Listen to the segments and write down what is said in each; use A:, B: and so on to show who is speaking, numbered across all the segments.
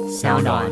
A: 小暖。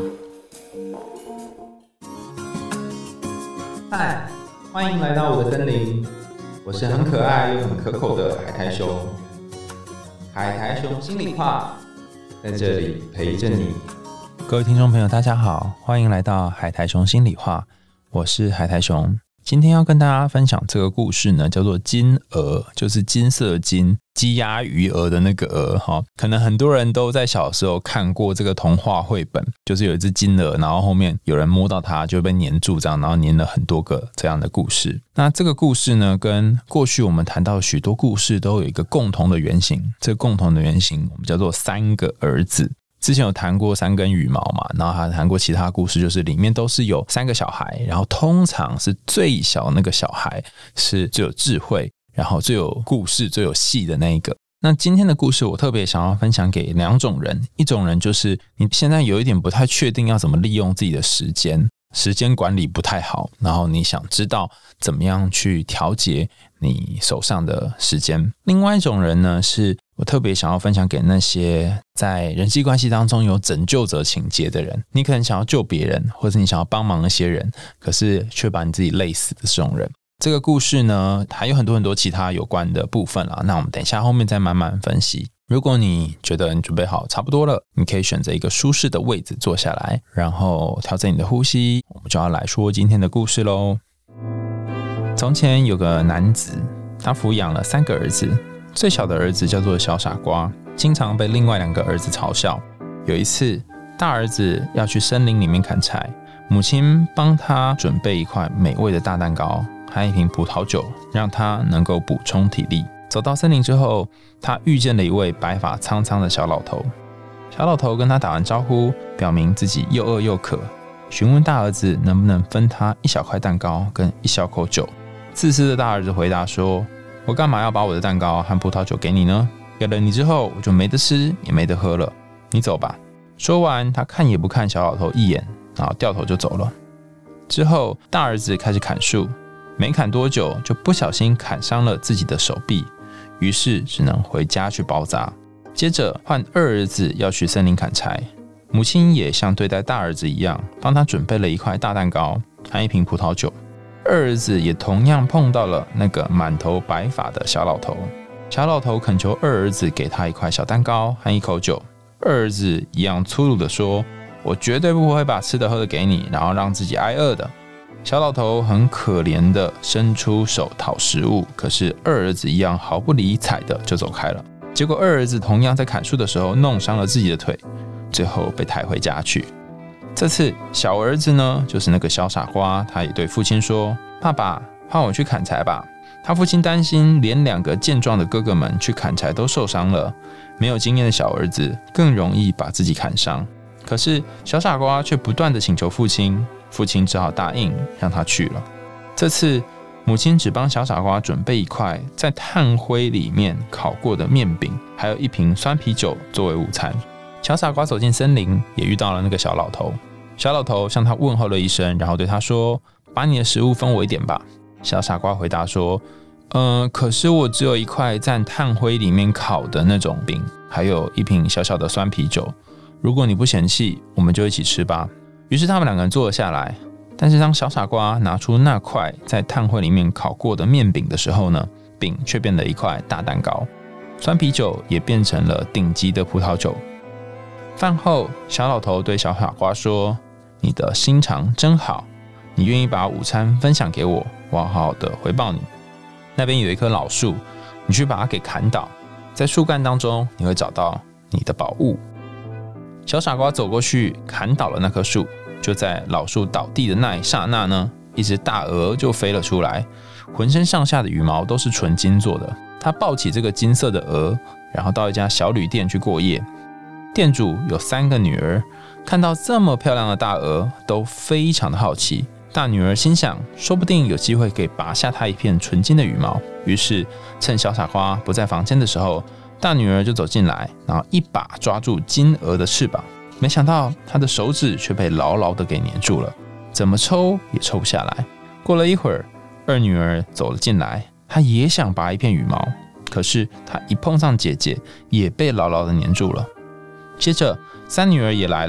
B: 嗨，欢迎来到我的森林，我是很可爱又很可口的海苔熊。海苔熊心里话，在这里陪着你。各位听众朋友，大家好，欢迎来到海苔熊心里话，我是海苔熊。今天要跟大家分享这个故事呢，叫做金鹅，就是金色金，鸡鸭鱼鹅的那个鹅哈。可能很多人都在小时候看过这个童话绘本，就是有一只金鹅，然后后面有人摸到它就被黏住这样，然后黏了很多个这样的故事。那这个故事呢，跟过去我们谈到许多故事都有一个共同的原型，这个共同的原型我们叫做三个儿子。之前有谈过三根羽毛嘛，然后还谈过其他故事，就是里面都是有三个小孩，然后通常是最小那个小孩是最有智慧，然后最有故事最有戏的那一个。那今天的故事我特别想要分享给两种人，一种人就是你现在有一点不太确定要怎么利用自己的时间，时间管理不太好，然后你想知道怎么样去调节你手上的时间。另外一种人呢，是我特别想要分享给那些在人际关系当中有拯救者情节的人，你可能想要救别人，或者你想要帮忙一些人，可是却把你自己累死的这种人。这个故事呢，还有很多很多其他有关的部分啦，那我们等一下后面再慢慢分析。如果你觉得你准备好差不多了，你可以选择一个舒适的位置坐下来，然后调整你的呼吸，我们就要来说今天的故事咯。从前有个男子，他抚养了三个儿子，最小的儿子叫做小傻瓜，经常被另外两个儿子嘲笑。有一次，大儿子要去森林里面砍柴，母亲帮他准备一块美味的大蛋糕和一瓶葡萄酒，让他能够补充体力。走到森林之后，他遇见了一位白发苍苍的小老头。小老头跟他打完招呼，表明自己又饿又渴，询问大儿子能不能分他一小块蛋糕跟一小口酒。自私的大儿子回答说，我干嘛要把我的蛋糕和葡萄酒给你呢？给了你之后，我就没得吃也没得喝了，你走吧。说完，他看也不看小老头一眼，然后掉头就走了。之后，大儿子开始砍树，没砍多久就不小心砍伤了自己的手臂，于是只能回家去包扎。接着换二儿子要去森林砍柴，母亲也像对待大儿子一样，帮他准备了一块大蛋糕和一瓶葡萄酒。二儿子也同样碰到了那个满头白发的小老头。小老头恳求二儿子给他一块小蛋糕和一口酒。二儿子一样粗鲁地说，我绝对不会把吃的喝的给你，然后让自己挨饿的。小老头很可怜地伸出手讨食物，可是二儿子一样毫不理睬的就走开了。结果二儿子同样在砍树的时候弄伤了自己的腿，最后被抬回家去。这次小儿子呢，就是那个小傻瓜，他也对父亲说，爸爸，换我去砍柴吧。他父亲担心连两个健壮的哥哥们去砍柴都受伤了，没有经验的小儿子更容易把自己砍伤。可是小傻瓜却不断地请求父亲，父亲只好答应让他去了。这次母亲只帮小傻瓜准备一块在炭灰里面烤过的面饼，还有一瓶酸啤酒作为午餐。小傻瓜走进森林，也遇到了那个小老头。小老头向他问候了一声，然后对他说，把你的食物分我一点吧。小傻瓜回答说，可是我只有一块在炭灰里面烤的那种饼，还有一瓶小小的酸啤酒，如果你不嫌弃，我们就一起吃吧。于是他们两个人坐了下来，但是当小傻瓜拿出那块在炭灰里面烤过的面饼的时候呢，饼却变了一块大蛋糕，酸啤酒也变成了顶级的葡萄酒。饭后，小老头对小傻瓜说，你的心肠真好，你愿意把午餐分享给我，我好好的回报你。那边有一棵老树，你去把它给砍倒，在树干当中你会找到你的宝物。小傻瓜走过去砍倒了那棵树，就在老树倒地的那一刹那呢，一只大鹅就飞了出来，浑身上下的羽毛都是纯金做的。他抱起这个金色的鹅，然后到一家小旅店去过夜。店主有3个女儿，看到这么漂亮的大鹅都非常的好奇。大女儿心想，说不定有机会可以拔下她一片纯金的羽毛，于是趁小傻瓜不在房间的时候，大女儿就走进来，然后一把抓住金鹅的翅膀，没想到她的手指却被牢牢的给黏住了，怎么抽也抽不下来。过了一会儿，二女儿走了进来，她也想拔一片羽毛，可是她一碰上姐姐，也被牢牢的黏住了。接着三女儿也来了，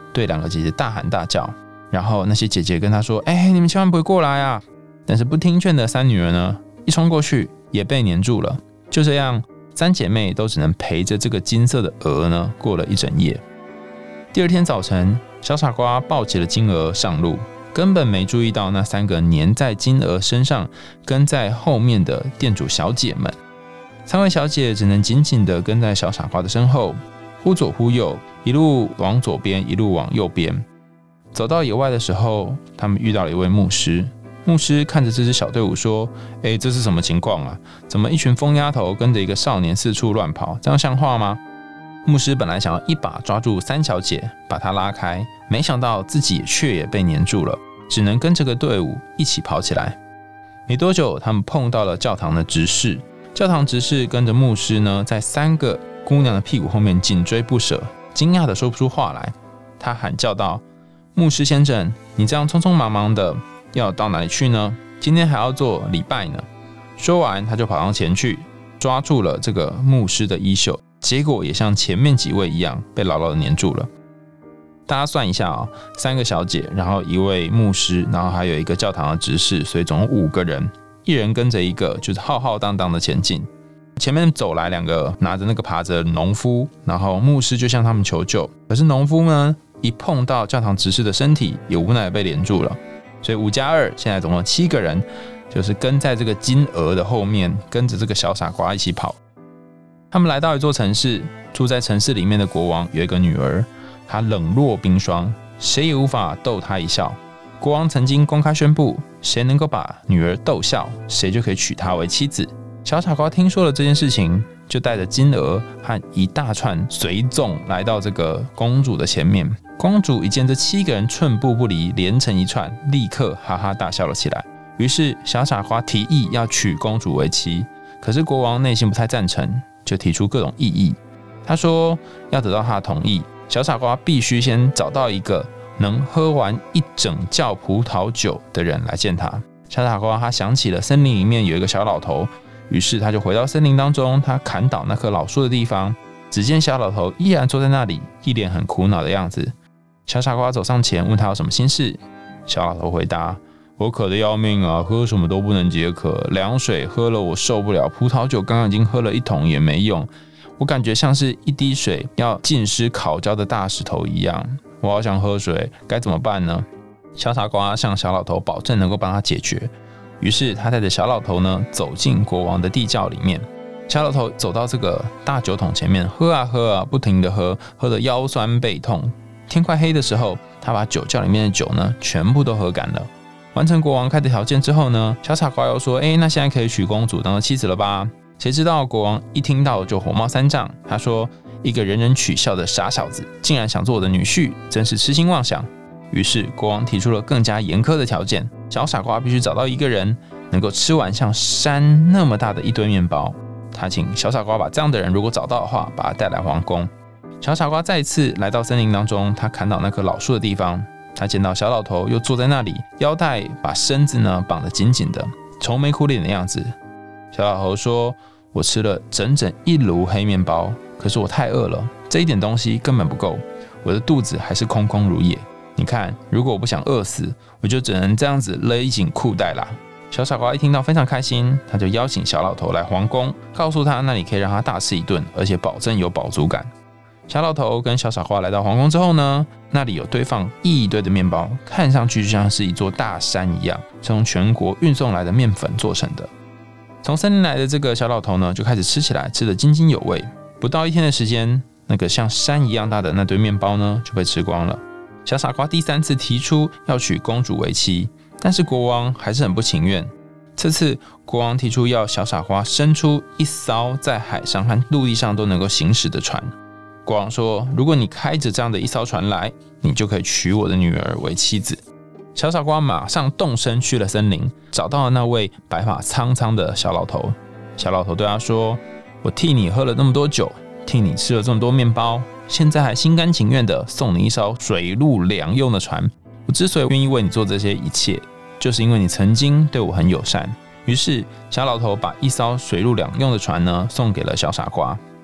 B: 对2个姐姐大喊大叫，然后那些姐姐跟她说：“你们千万不会过来啊！”但是不听劝的3女儿呢，一冲过去也被黏住了。就这样，3姐妹都只能陪着这个金色的鹅呢过了一整夜。第2天早晨，小傻瓜抱起了金鹅上路，根本没注意到那3个黏在金鹅身上、跟在后面的店主小姐们。3位小姐只能紧紧地跟在小傻瓜的身后，忽左忽右，一路往左边，一路往右边。走到野外的时候，他们遇到了一位牧师。牧师看着这支小队伍说：“这是什么情况啊？怎么一群疯丫头跟着一个少年四处乱跑？这样像话吗？”牧师本来想要一把抓住3小姐，把她拉开，没想到自己却也被黏住了，只能跟这个队伍一起跑起来。没多久，他们碰到了教堂的执事。教堂执事跟着牧师呢，在3个姑娘的屁股后面紧追不舍，惊讶的说不出话来。他喊叫道：“牧师先生，你这样匆匆忙忙的要到哪里去呢？今天还要做礼拜呢。”说完，他就跑上前去，抓住了这个牧师的衣袖，结果也像前面几位一样，被牢牢的黏住了。大家算一下啊，3个小姐，然后1位牧师，然后还有一个教堂的执事，所以总共5个人，一人跟着一个，就是浩浩荡荡的前进。前面走来2个拿着那个耙子的农夫，然后牧师就向他们求救，可是农夫呢，一碰到教堂执事的身体，也无奈的被连住了。所以5+2，现在总共7个人，就是跟在这个金鹅的后面，跟着这个小傻瓜一起跑。他们来到一座城市，住在城市里面的国王有一个女儿，她冷若冰霜，谁也无法逗她一笑。国王曾经公开宣布，谁能够把女儿逗笑，谁就可以娶她为妻子。小傻瓜听说了这件事情，就带着金鹅和一大串随从来到这个公主的前面。公主一见这7个人寸步不离，连成一串，立刻哈哈大笑了起来。于是小傻瓜提议要娶公主为妻，可是国王内心不太赞成，就提出各种异议。他说要得到他的同意，小傻瓜必须先找到一个能喝完一整窖葡萄酒的人来见他。小傻瓜他想起了森林里面有一个小老头，于是他就回到森林当中，他砍倒那棵老树的地方，只见小老头依然坐在那里，一脸很苦恼的样子。小傻瓜走上前问他有什么心事，小老头回答：“我渴得要命啊，喝什么都不能解渴，凉水喝了我受不了，葡萄酒刚刚已经喝了1桶也没用，我感觉像是一滴水要浸湿烤焦的大石头一样，我好想喝水，该怎么办呢？”小傻瓜向小老头保证能够帮他解决，于是他带着小老头呢走进国王的地窖里面。小老头走到这个大酒桶前面，喝啊喝啊，不停的喝，喝得腰酸背痛。天快黑的时候，他把酒窖里面的酒呢全部都喝干了。完成国王开的条件之后呢，小傻瓜又说：“那现在可以娶公主当做妻子了吧？”谁知道国王一听到就火冒三丈，他说：“一个人人取笑的傻小子，竟然想做我的女婿，真是痴心妄想。”于是国王提出了更加严苛的条件，小傻瓜必须找到一个人能够吃完像山那么大的一堆面包。他请小傻瓜把这样的人如果找到的话，把他带来皇宫。小傻瓜再一次来到森林当中，他砍倒那棵老树的地方，他见到小老头又坐在那里，腰带把身子呢绑得紧紧的，愁眉苦脸的样子。小老头说：“我吃了整整1炉黑面包，可是我太饿了，这一点东西根本不够，我的肚子还是空空如也。你看，如果我不想饿死，我就只能这样子勒紧裤带啦。”小傻瓜一听到非常开心，他就邀请小老头来皇宫，告诉他那里可以让他大吃一顿，而且保证有饱足感。小老头跟小傻瓜来到皇宫之后呢，那里有堆放一堆的面包，看上去就像是一座大山一样，是从全国运送来的面粉做成的。从森林来的这个小老头呢，就开始吃起来，吃得津津有味。不到1天的时间，那个像山一样大的那堆面包呢，就被吃光了。小傻瓜第3次提出要娶公主为妻，但是国王还是很不情愿。这次国王提出要小傻瓜生出一艘在海上和陆地上都能够行驶的船。国王说：“如果你开着这样的一艘船来，你就可以娶我的女儿为妻子。”小傻瓜马上动身去了森林，找到了那位白发苍苍的小老头。小老头对他说：“我替你喝了那么多酒，替你吃了这么多面包，现在还心甘情愿的送你一艘水陆两用的船。我之所以愿意为你做这些一切，就是因为你曾经对我很友善。”于是小老头把一艘水陆两用的船呢送给了小傻瓜。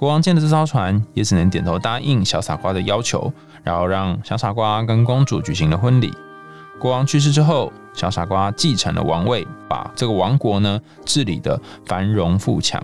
B: 国王见了这艘船，也只能点头答应小傻瓜的要求，然后让小傻瓜跟公主举行了婚礼。国王去世之后，小傻瓜继承了王位，把这个王国呢治理得繁荣富强。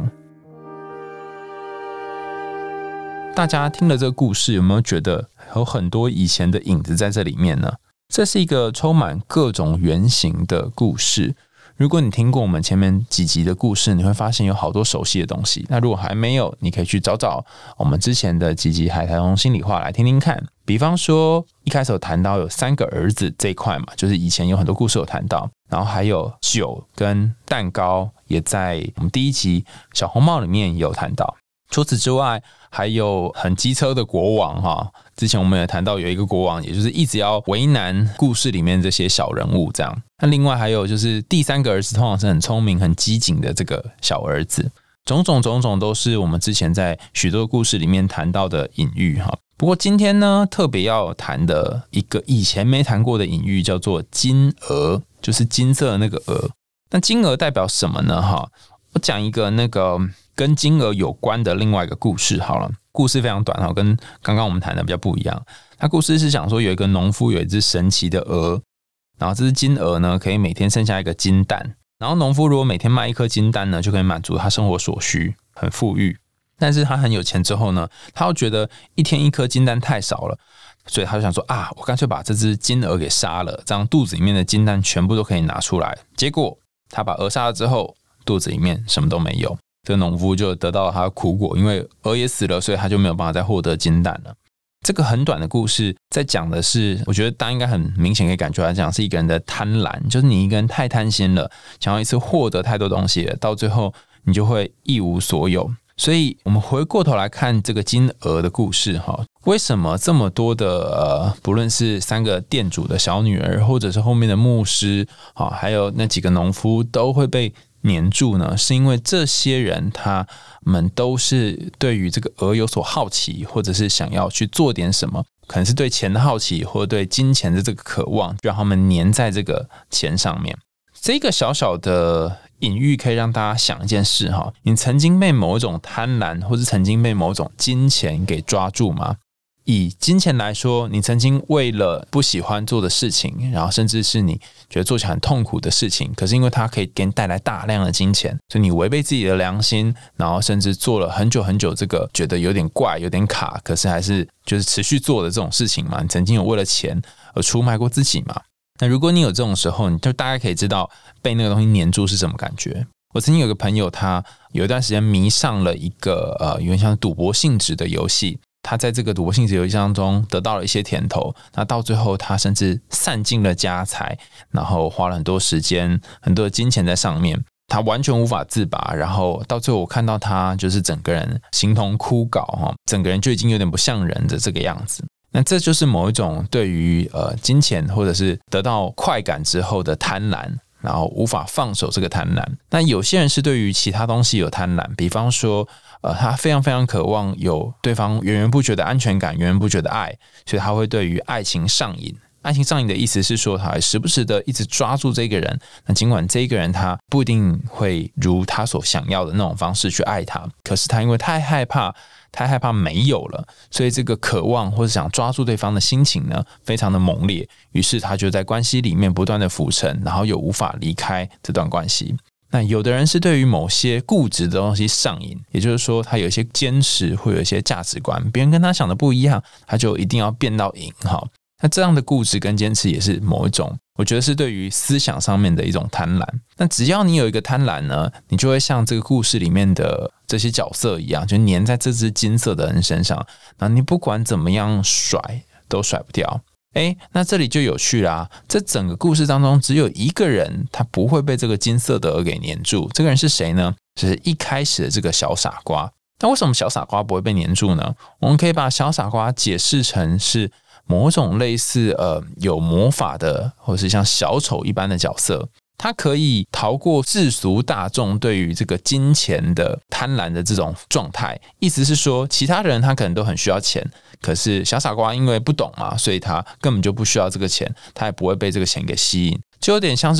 B: 大家听了这个故事，有没有觉得有很多以前的影子在这里面呢？这是一个充满各种原型的故事。如果你听过我们前面几集的故事，你会发现有好多熟悉的东西。那如果还没有，你可以去找找我们之前的几集海苔熊心里话来听听看。比方说一开始有谈到有3个儿子这一块嘛，就是以前有很多故事有谈到，然后还有酒跟蛋糕也在我们第1集小红帽里面有谈到。除此之外，还有很机车的国王哈，之前我们也谈到有一个国王，也就是一直要为难故事里面这些小人物这样。那另外还有就是第3个儿子通常是很聪明很机警的这个小儿子，种种都是我们之前在许多故事里面谈到的隐喻哈。不过今天呢，特别要谈的一个以前没谈过的隐喻叫做金鹅，就是金色的那个鹅。那金鹅代表什么呢？哈，我讲一个那个跟金鹅有关的另外一个故事好了。故事非常短，跟刚刚我们谈的比较不一样。它故事是讲说有一个农夫有一只神奇的鹅，然后这只金鹅呢可以每天生下一个金蛋，然后农夫如果每天卖1颗金蛋呢，就可以满足他生活所需，很富裕。但是他很有钱之后呢，他又觉得一天1颗金蛋太少了，所以他就想说啊，我干脆把这只金鹅给杀了，这样肚子里面的金蛋全部都可以拿出来。结果他把鹅杀了之后，肚子里面什么都没有。这个农夫就得到了他的苦果，因为鹅也死了，所以他就没有办法再获得金蛋了。这个很短的故事在讲的是，我觉得大家应该很明显可以感觉来讲，是一个人的贪婪，就是你一个人太贪心了，想要一次获得太多东西了，到最后你就会一无所有。所以我们回过头来看这个金鹅的故事哈，为什么这么多的不论是3个店主的小女儿，或者是后面的牧师，还有那几个农夫都会被黏住呢？是因为这些人他们都是对于这个鹅有所好奇，或者是想要去做点什么，可能是对钱的好奇，或者对金钱的这个渴望，让他们黏在这个钱上面。这个小小的隐喻可以让大家想一件事哈，你曾经被某一种贪婪，或是曾经被某种金钱给抓住吗？以金钱来说，你曾经为了不喜欢做的事情，然后甚至是你觉得做起来很痛苦的事情，可是因为它可以给你带来大量的金钱，所以你违背自己的良心，然后甚至做了很久很久这个觉得有点怪有点卡，可是还是就是持续做的这种事情嘛。你曾经有为了钱而出卖过自己嘛？那如果你有这种时候，你就大概可以知道被那个东西黏住是什么感觉。我曾经有个朋友，他有一段时间迷上了一个有点像赌博性质的游戏，他在这个赌博性质游戏当中得到了一些甜头，那到最后他甚至散尽了家财，然后花了很多时间很多的金钱在上面，他完全无法自拔，然后到最后我看到他就是整个人形同枯槁，整个人就已经有点不像人的这个样子。那这就是某一种对于金钱或者是得到快感之后的贪婪，然后无法放手这个贪婪。那有些人是对于其他东西有贪婪，比方说他非常非常渴望有对方源源不绝的安全感，源源不绝的爱，所以他会对于爱情上瘾。爱情上瘾的意思是说，他会时不时的一直抓住这个人，那尽管这个人他不一定会如他所想要的那种方式去爱他，可是他因为太害怕没有了，所以这个渴望或者想抓住对方的心情呢，非常的猛烈，于是他就在关系里面不断的浮沉，然后又无法离开这段关系。那有的人是对于某些固执的东西上瘾，也就是说他有一些坚持，会有一些价值观，别人跟他想的不一样，他就一定要变到赢。那这样的固执跟坚持也是某一种，我觉得是对于思想上面的一种贪婪。那只要你有一个贪婪呢，你就会像这个故事里面的这些角色一样，就黏在这只金色的人身上，那你不管怎么样甩都甩不掉。那这里就有趣啦，这整个故事当中只有一个人他不会被这个金色的鹅给黏住，这个人是谁呢？就是一开始的这个小傻瓜。那为什么小傻瓜不会被黏住呢？我们可以把小傻瓜解释成是某种类似有魔法的，或者是像小丑一般的角色，他可以逃过世俗大众对于这个金钱的贪婪的这种状态。意思是说，其他人他可能都很需要钱，可是小傻瓜因为不懂嘛，所以他根本就不需要这个钱，他也不会被这个钱给吸引。就有点像是说，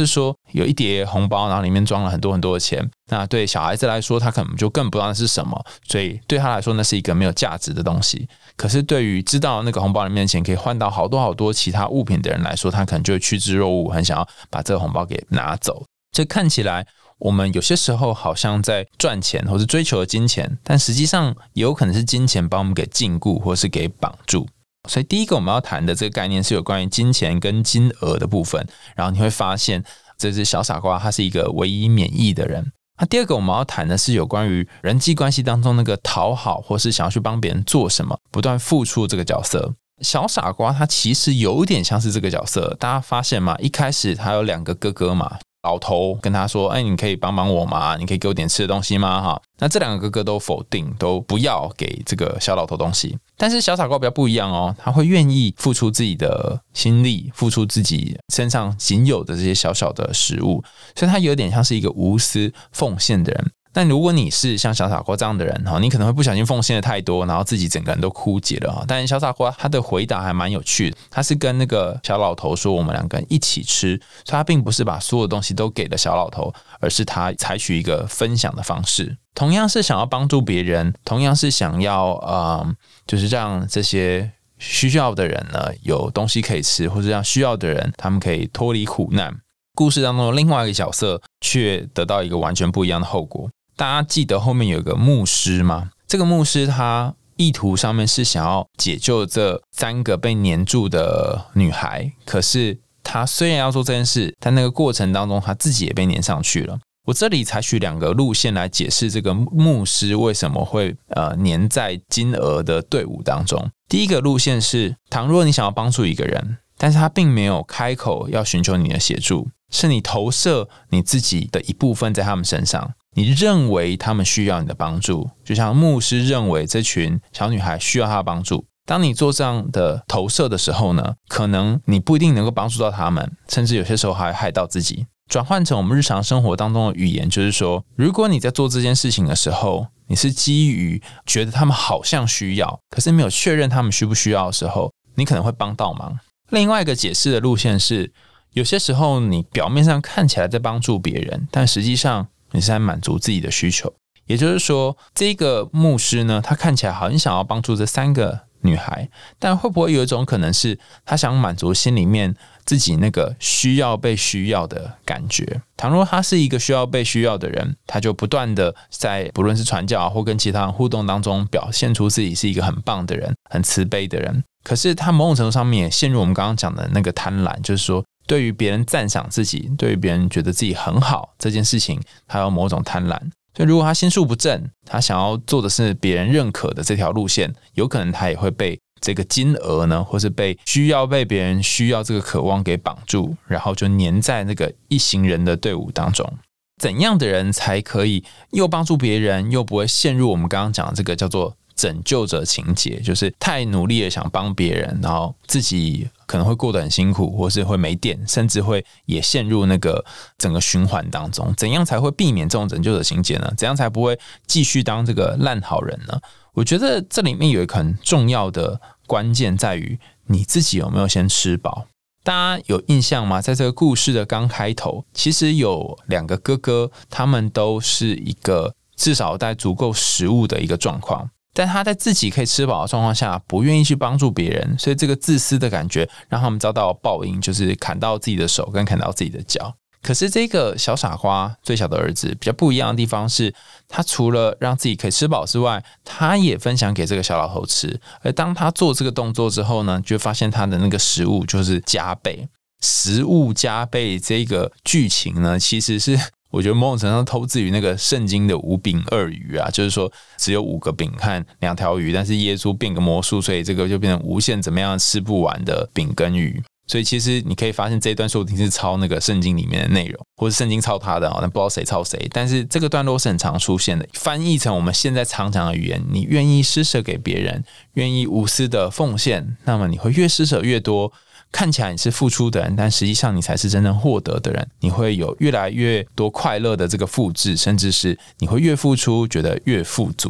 B: 有一叠红包，然后里面装了很多很多的钱，那对小孩子来说他可能就更不知道那是什么，所以对他来说那是一个没有价值的东西。可是对于知道那个红包里面的钱可以换到好多好多其他物品的人来说，他可能就会趋之若鹜，很想要把这个红包给拿走。所以看起来我们有些时候好像在赚钱或是追求金钱，但实际上也有可能是金钱把我们给禁锢或是给绑住。所以第一个我们要谈的这个概念是有关于金钱跟金额的部分，然后你会发现这只小傻瓜他是一个唯一免疫的人。那第二个我们要谈的是有关于人际关系当中那个讨好或是想要去帮别人做什么不断付出这个角色。小傻瓜他其实有点像是这个角色，大家发现吗？一开始他有2个哥哥嘛，老头跟他说你可以帮帮我吗？你可以给我点吃的东西吗？那这2个哥哥都否定，都不要给这个小老头东西。但是小傻瓜比较不一样哦，他会愿意付出自己的心力，付出自己身上仅有的这些小小的食物，所以他有点像是一个无私奉献的人。但如果你是像小傻瓜这样的人，你可能会不小心奉献的太多，然后自己整个人都枯竭了。但小傻瓜他的回答还蛮有趣的，他是跟那个小老头说我们2个人一起吃，所以他并不是把所有东西都给了小老头，而是他采取一个分享的方式。同样是想要帮助别人，同样是想要就是让这些需要的人呢有东西可以吃，或者让需要的人他们可以脱离苦难。故事当中的另外一个角色却得到一个完全不一样的后果。大家记得后面有一个牧师吗？这个牧师他意图上面是想要解救这3个被黏住的女孩，可是他虽然要做这件事，但那个过程当中他自己也被黏上去了。我这里采取2个路线来解释这个牧师为什么会黏在金额的队伍当中。第一个路线是，倘若你想要帮助一个人，但是他并没有开口要寻求你的协助，是你投射你自己的一部分在他们身上，你认为他们需要你的帮助，就像牧师认为这群小女孩需要他的帮助。当你做这样的投射的时候呢，可能你不一定能够帮助到他们，甚至有些时候还害到自己。转换成我们日常生活当中的语言，就是说，如果你在做这件事情的时候，你是基于觉得他们好像需要，可是没有确认他们需不需要的时候，你可能会帮倒忙。另外一个解释的路线是，有些时候你表面上看起来在帮助别人，但实际上你是在满足自己的需求。也就是说，这个牧师呢，他看起来很想要帮助这3个女孩，但会不会有一种可能是他想满足心里面自己那个需要被需要的感觉？倘若他是一个需要被需要的人，他就不断的在不论是传教或跟其他人互动当中表现出自己是一个很棒的人，很慈悲的人。可是他某种程度上面也陷入我们刚刚讲的那个贪婪，就是说对于别人赞赏自己，对于别人觉得自己很好这件事情，他有某种贪婪。所以如果他心术不正，他想要做的是别人认可的这条路线，有可能他也会被这个金额呢，或是被需要被别人需要这个渴望给绑住，然后就黏在那个一行人的队伍当中。怎样的人才可以又帮助别人，又不会陷入我们刚刚讲的这个叫做拯救者情节，就是太努力的想帮别人，然后自己可能会过得很辛苦，或是会没电，甚至会也陷入那个整个循环当中。怎样才会避免这种拯救者情节呢？怎样才不会继续当这个烂好人呢？我觉得这里面有一个很重要的关键在于你自己有没有先吃饱。大家有印象吗？在这个故事的刚开头，其实有2个哥哥，他们都是一个至少带足够食物的一个状况，但他在自己可以吃饱的状况下，不愿意去帮助别人，所以这个自私的感觉让他们遭到报应，就是砍到自己的手跟砍到自己的脚。可是这个小傻瓜最小的儿子比较不一样的地方是，他除了让自己可以吃饱之外，他也分享给这个小老头吃。而当他做这个动作之后呢，就发现他的那个食物就是加倍。食物加倍这个剧情呢，其实是我觉得某种程度上投自于那个圣经的5饼2鱼啊，就是说只有5个饼和2条鱼，但是耶稣变个魔术，所以这个就变成无限怎么样吃不完的饼跟鱼。所以其实你可以发现这一段说不定是抄那个圣经里面的内容，或是圣经抄他的，但不知道谁抄谁。但是这个段落是很常出现的，翻译成我们现在常讲的语言，你愿意施舍给别人，愿意无私的奉献，那么你会越施舍越多。看起来你是付出的人，但实际上你才是真正获得的人。你会有越来越多快乐的这个复制，甚至是你会越付出觉得越富足。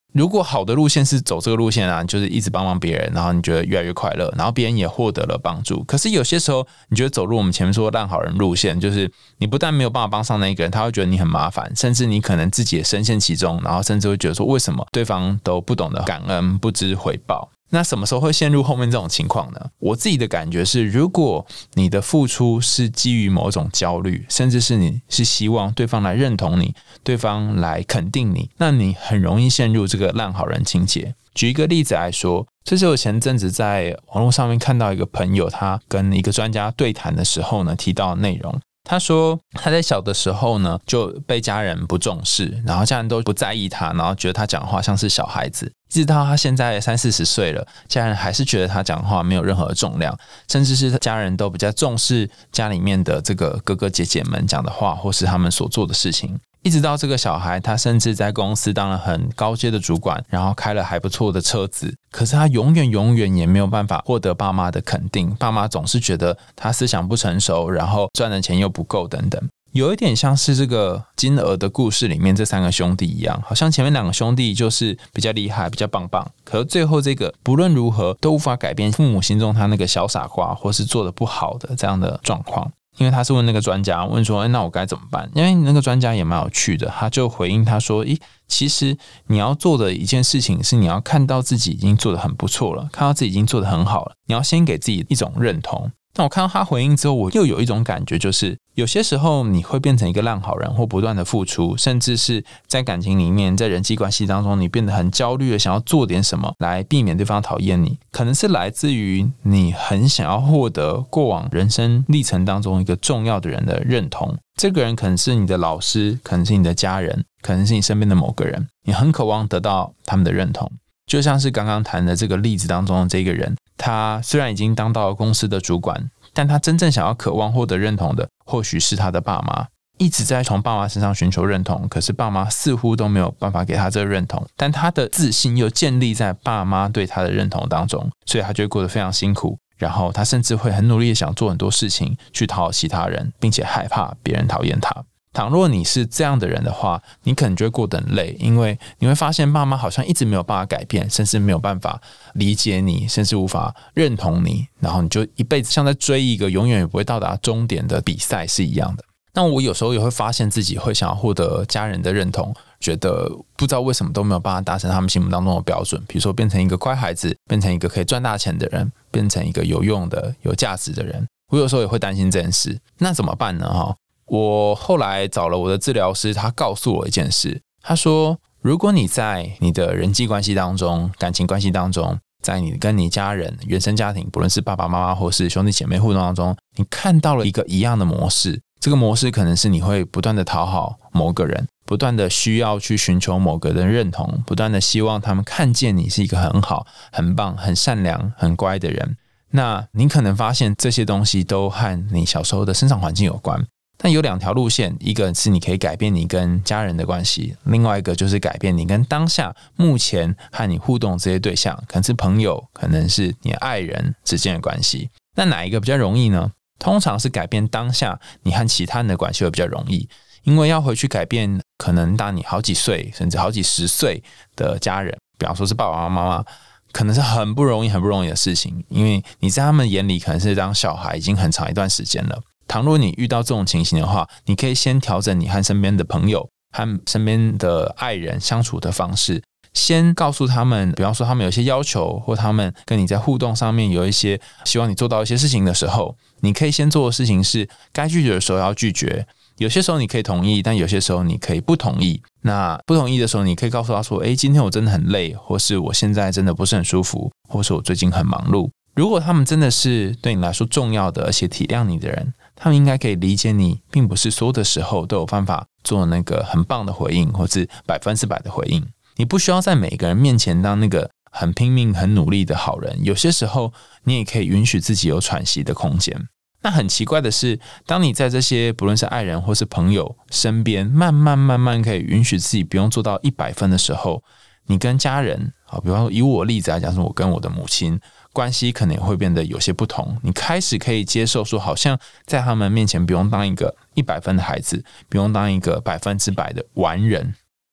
B: 如果好的路线是走这个路线啊，就是一直帮忙别人，然后你觉得越来越快乐，然后别人也获得了帮助。可是有些时候你觉得走入我们前面说烂好人路线，就是你不但没有办法帮上那一个人，他会觉得你很麻烦，甚至你可能自己也深陷其中，然后甚至会觉得说为什么对方都不懂得感恩，不知回报。那什么时候会陷入后面这种情况呢？我自己的感觉是，如果你的付出是基于某种焦虑，甚至是你是希望对方来认同你，对方来肯定你，那你很容易陷入这个烂好人情节。举一个例子来说，这是我前阵子在网络上面看到一个朋友，他跟一个专家对谈的时候呢，提到的内容。他说他在小的时候呢就被家人不重视，然后家人都不在意他，然后觉得他讲话像是小孩子，一直到他现在30-40岁了，家人还是觉得他讲话没有任何的重量，甚至是家人都比较重视家里面的这个哥哥姐姐们讲的话或是他们所做的事情。一直到这个小孩他甚至在公司当了很高阶的主管，然后开了还不错的车子，可是他永远也没有办法获得爸妈的肯定，爸妈总是觉得他思想不成熟，然后赚的钱又不够等等。有一点像是这个金额的故事里面这3个兄弟一样，好像前面2个兄弟就是比较厉害比较棒，可是最后这个不论如何都无法改变父母心中他那个小傻瓜或是做得不好的这样的状况。因为他是问那个专家，问说那我该怎么办？因为那个专家也蛮有趣的，他就回应他说其实你要做的一件事情是你要看到自己已经做得很不错了，看到自己已经做得很好了，你要先给自己一种认同。但我看到他回应之后，我又有一种感觉，就是有些时候你会变成一个烂好人，或不断的付出，甚至是在感情里面，在人际关系当中，你变得很焦虑的想要做点什么来避免对方讨厌你，可能是来自于你很想要获得过往人生历程当中一个重要的人的认同。这个人可能是你的老师，可能是你的家人，可能是你身边的某个人，你很渴望得到他们的认同。就像是刚刚谈的这个例子当中的这个人，他虽然已经当到了公司的主管，但他真正想要渴望获得认同的或许是他的爸妈，一直在从爸妈身上寻求认同，可是爸妈似乎都没有办法给他这个认同，但他的自信又建立在爸妈对他的认同当中，所以他就会过得非常辛苦，然后他甚至会很努力的想做很多事情去讨好其他人，并且害怕别人讨厌他。倘若你是这样的人的话，你可能就会过得很累，因为你会发现爸妈好像一直没有办法改变，甚至没有办法理解你，甚至无法认同你，然后你就一辈子像在追一个永远也不会到达终点的比赛是一样的。那我有时候也会发现自己会想要获得家人的认同，觉得不知道为什么都没有办法达成他们心目当中的标准，比如说变成一个乖孩子，变成一个可以赚大钱的人，变成一个有用的有价值的人。我有时候也会担心这件事，那怎么办呢？我后来找了我的治疗师，他告诉我一件事，他说如果你在你的人际关系当中，感情关系当中，在你跟你家人原生家庭，不论是爸爸妈妈或是兄弟姐妹互动当中，你看到了一个一样的模式，这个模式可能是你会不断的讨好某个人，不断的需要去寻求某个人认同，不断的希望他们看见你是一个很好很棒很善良很乖的人，那你可能发现这些东西都和你小时候的生长环境有关。但有2条路线，一个是你可以改变你跟家人的关系，另外一个就是改变你跟当下目前和你互动这些对象，可能是朋友，可能是你爱人之间的关系。那哪一个比较容易呢？通常是改变当下你和其他人的关系会比较容易，因为要回去改变可能大你好几岁甚至好几十岁的家人，比方说是爸爸妈妈，可能是很不容易的事情，因为你在他们眼里可能是当小孩已经很长一段时间了。倘若你遇到这种情形的话，你可以先调整你和身边的朋友和身边的爱人相处的方式，先告诉他们，比方说他们有一些要求，或他们跟你在互动上面有一些希望你做到一些事情的时候，你可以先做的事情是该拒绝的时候要拒绝，有些时候你可以同意，但有些时候你可以不同意。那不同意的时候，你可以告诉他说今天我真的很累，或是我现在真的不是很舒服，或是我最近很忙碌。如果他们真的是对你来说重要的，而且体谅你的人，他们应该可以理解你并不是所有的时候都有办法做那个很棒的回应，或是100%的回应。你不需要在每个人面前当那个很拼命很努力的好人，有些时候你也可以允许自己有喘息的空间。那很奇怪的是，当你在这些不论是爱人或是朋友身边慢慢可以允许自己不用做到100分的时候，你跟家人，比方说以我例子来讲，是我跟我的母亲关系可能也会变得有些不同。你开始可以接受说，好像在他们面前不用当一个100分的孩子，不用当一个100%的完人。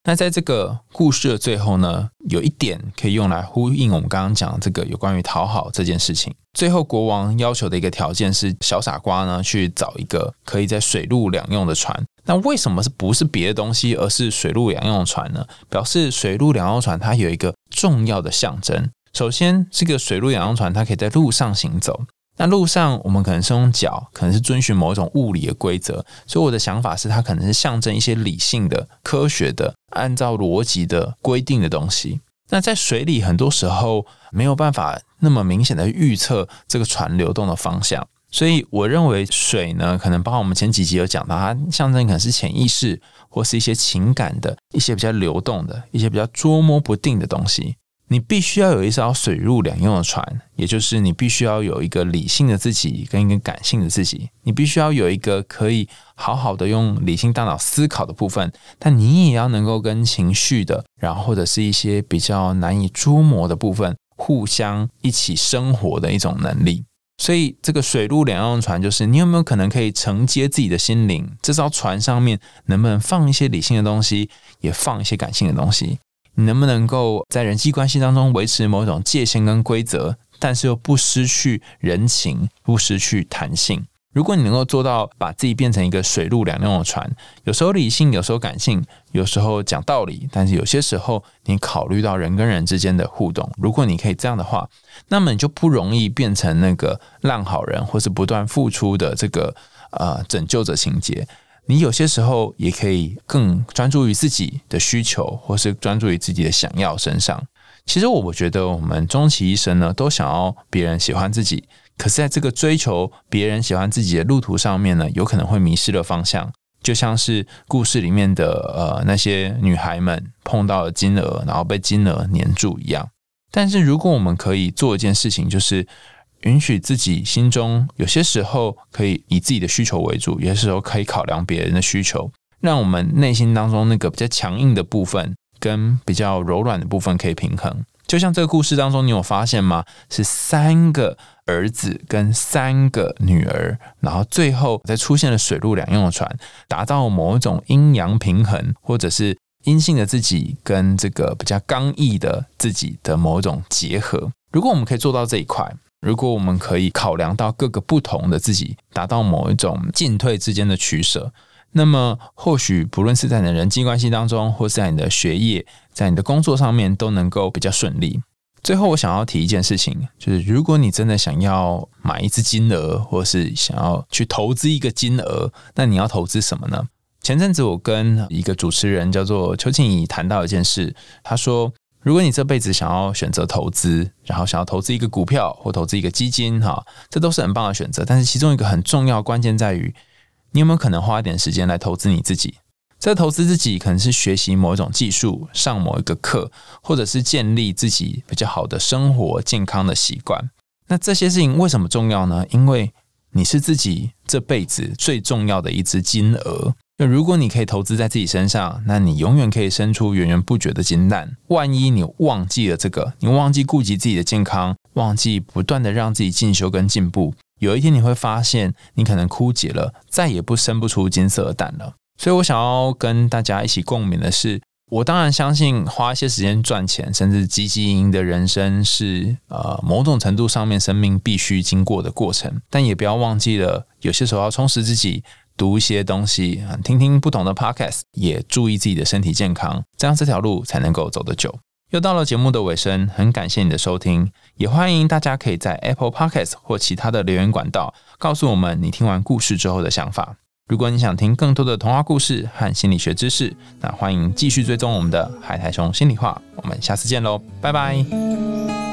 B: 那在这个故事的最后呢，有一点可以用来呼应我们刚刚讲的这个有关于讨好这件事情。最后国王要求的一个条件是小傻瓜呢去找一个可以在水陆两用的船。那为什么不是别的东西，而是水陆两用的船呢？表示水陆两用船它有一个重要的象征。首先，这个水陆两用船它可以在路上行走。那路上我们可能是用脚，可能是遵循某一种物理的规则，所以我的想法是它可能是象征一些理性的、科学的、按照逻辑的规定的东西。那在水里很多时候没有办法那么明显的预测这个船流动的方向，所以我认为水呢，可能包括我们前几集有讲到，它象征可能是潜意识或是一些情感的、一些比较流动的、一些比较捉摸不定的东西。你必须要有一艘水陆两用的船，也就是你必须要有一个理性的自己跟一个感性的自己，你必须要有一个可以好好的用理性大脑思考的部分，但你也要能够跟情绪的，然后或者是一些比较难以捉摸的部分互相一起生活的一种能力。所以这个水陆两用船就是你有没有可能可以承接自己的心灵，这艘船上面能不能放一些理性的东西，也放一些感性的东西，你能不能够在人际关系当中维持某种界限跟规则，但是又不失去人情，不失去弹性。如果你能够做到把自己变成一个水陆两用的船，有时候理性，有时候感性，有时候讲道理，但是有些时候你考虑到人跟人之间的互动，如果你可以这样的话，那么你就不容易变成那个烂好人，或是不断付出的这个拯救者情节。你有些时候也可以更专注于自己的需求，或是专注于自己的想要身上。其实我觉得我们终其一生呢，都想要别人喜欢自己，可是在这个追求别人喜欢自己的路途上面呢，有可能会迷失了方向。就像是故事里面的那些女孩们碰到了金鹅，然后被金鹅黏住一样。但是如果我们可以做一件事情，就是允许自己心中有些时候可以以自己的需求为主，有些时候可以考量别人的需求，让我们内心当中那个比较强硬的部分跟比较柔软的部分可以平衡。就像这个故事当中，你有发现吗？是3个儿子跟3个女儿，然后最后再出现了水陆两用的船，达到某一种阴阳平衡，或者是阴性的自己跟这个比较刚毅的自己的某一种结合。如果我们可以做到这一块，如果我们可以考量到各个不同的自己，达到某一种进退之间的取舍，那么或许不论是在你的人际关系当中，或是在你的学业，在你的工作上面，都能够比较顺利。最后我想要提一件事情，就是如果你真的想要买一只金鹅，或是想要去投资一个金鹅，那你要投资什么呢？前阵子我跟一个主持人叫做邱庆怡谈到一件事，他说如果你这辈子想要选择投资，然后想要投资一个股票或投资一个基金，这都是很棒的选择，但是其中一个很重要的关键在于，你有没有可能花一点时间来投资你自己。这投资自己可能是学习某一种技术，上某一个课，或者是建立自己比较好的生活健康的习惯。那这些事情为什么重要呢？因为你是自己这辈子最重要的一只金鹅。如果你可以投资在自己身上，那你永远可以生出源源不绝的金蛋。万一你忘记了这个，你忘记顾及自己的健康，忘记不断的让自己进修跟进步，有一天你会发现你可能枯竭了，再也生不出金色的蛋了。所以我想要跟大家一起共勉的是，我当然相信花一些时间赚钱，甚至积极营营的人生是某种程度上面生命必须经过的过程，但也不要忘记了有些时候要充实自己，读一些东西，听听不同的 podcast， 也注意自己的身体健康，这样这条路才能够走得久。又到了节目的尾声，很感谢你的收听，也欢迎大家可以在 Apple Podcast 或其他的留言管道告诉我们你听完故事之后的想法。如果你想听更多的童话故事和心理学知识，那欢迎继续追踪我们的海苔熊心里话。我们下次见喽，拜拜。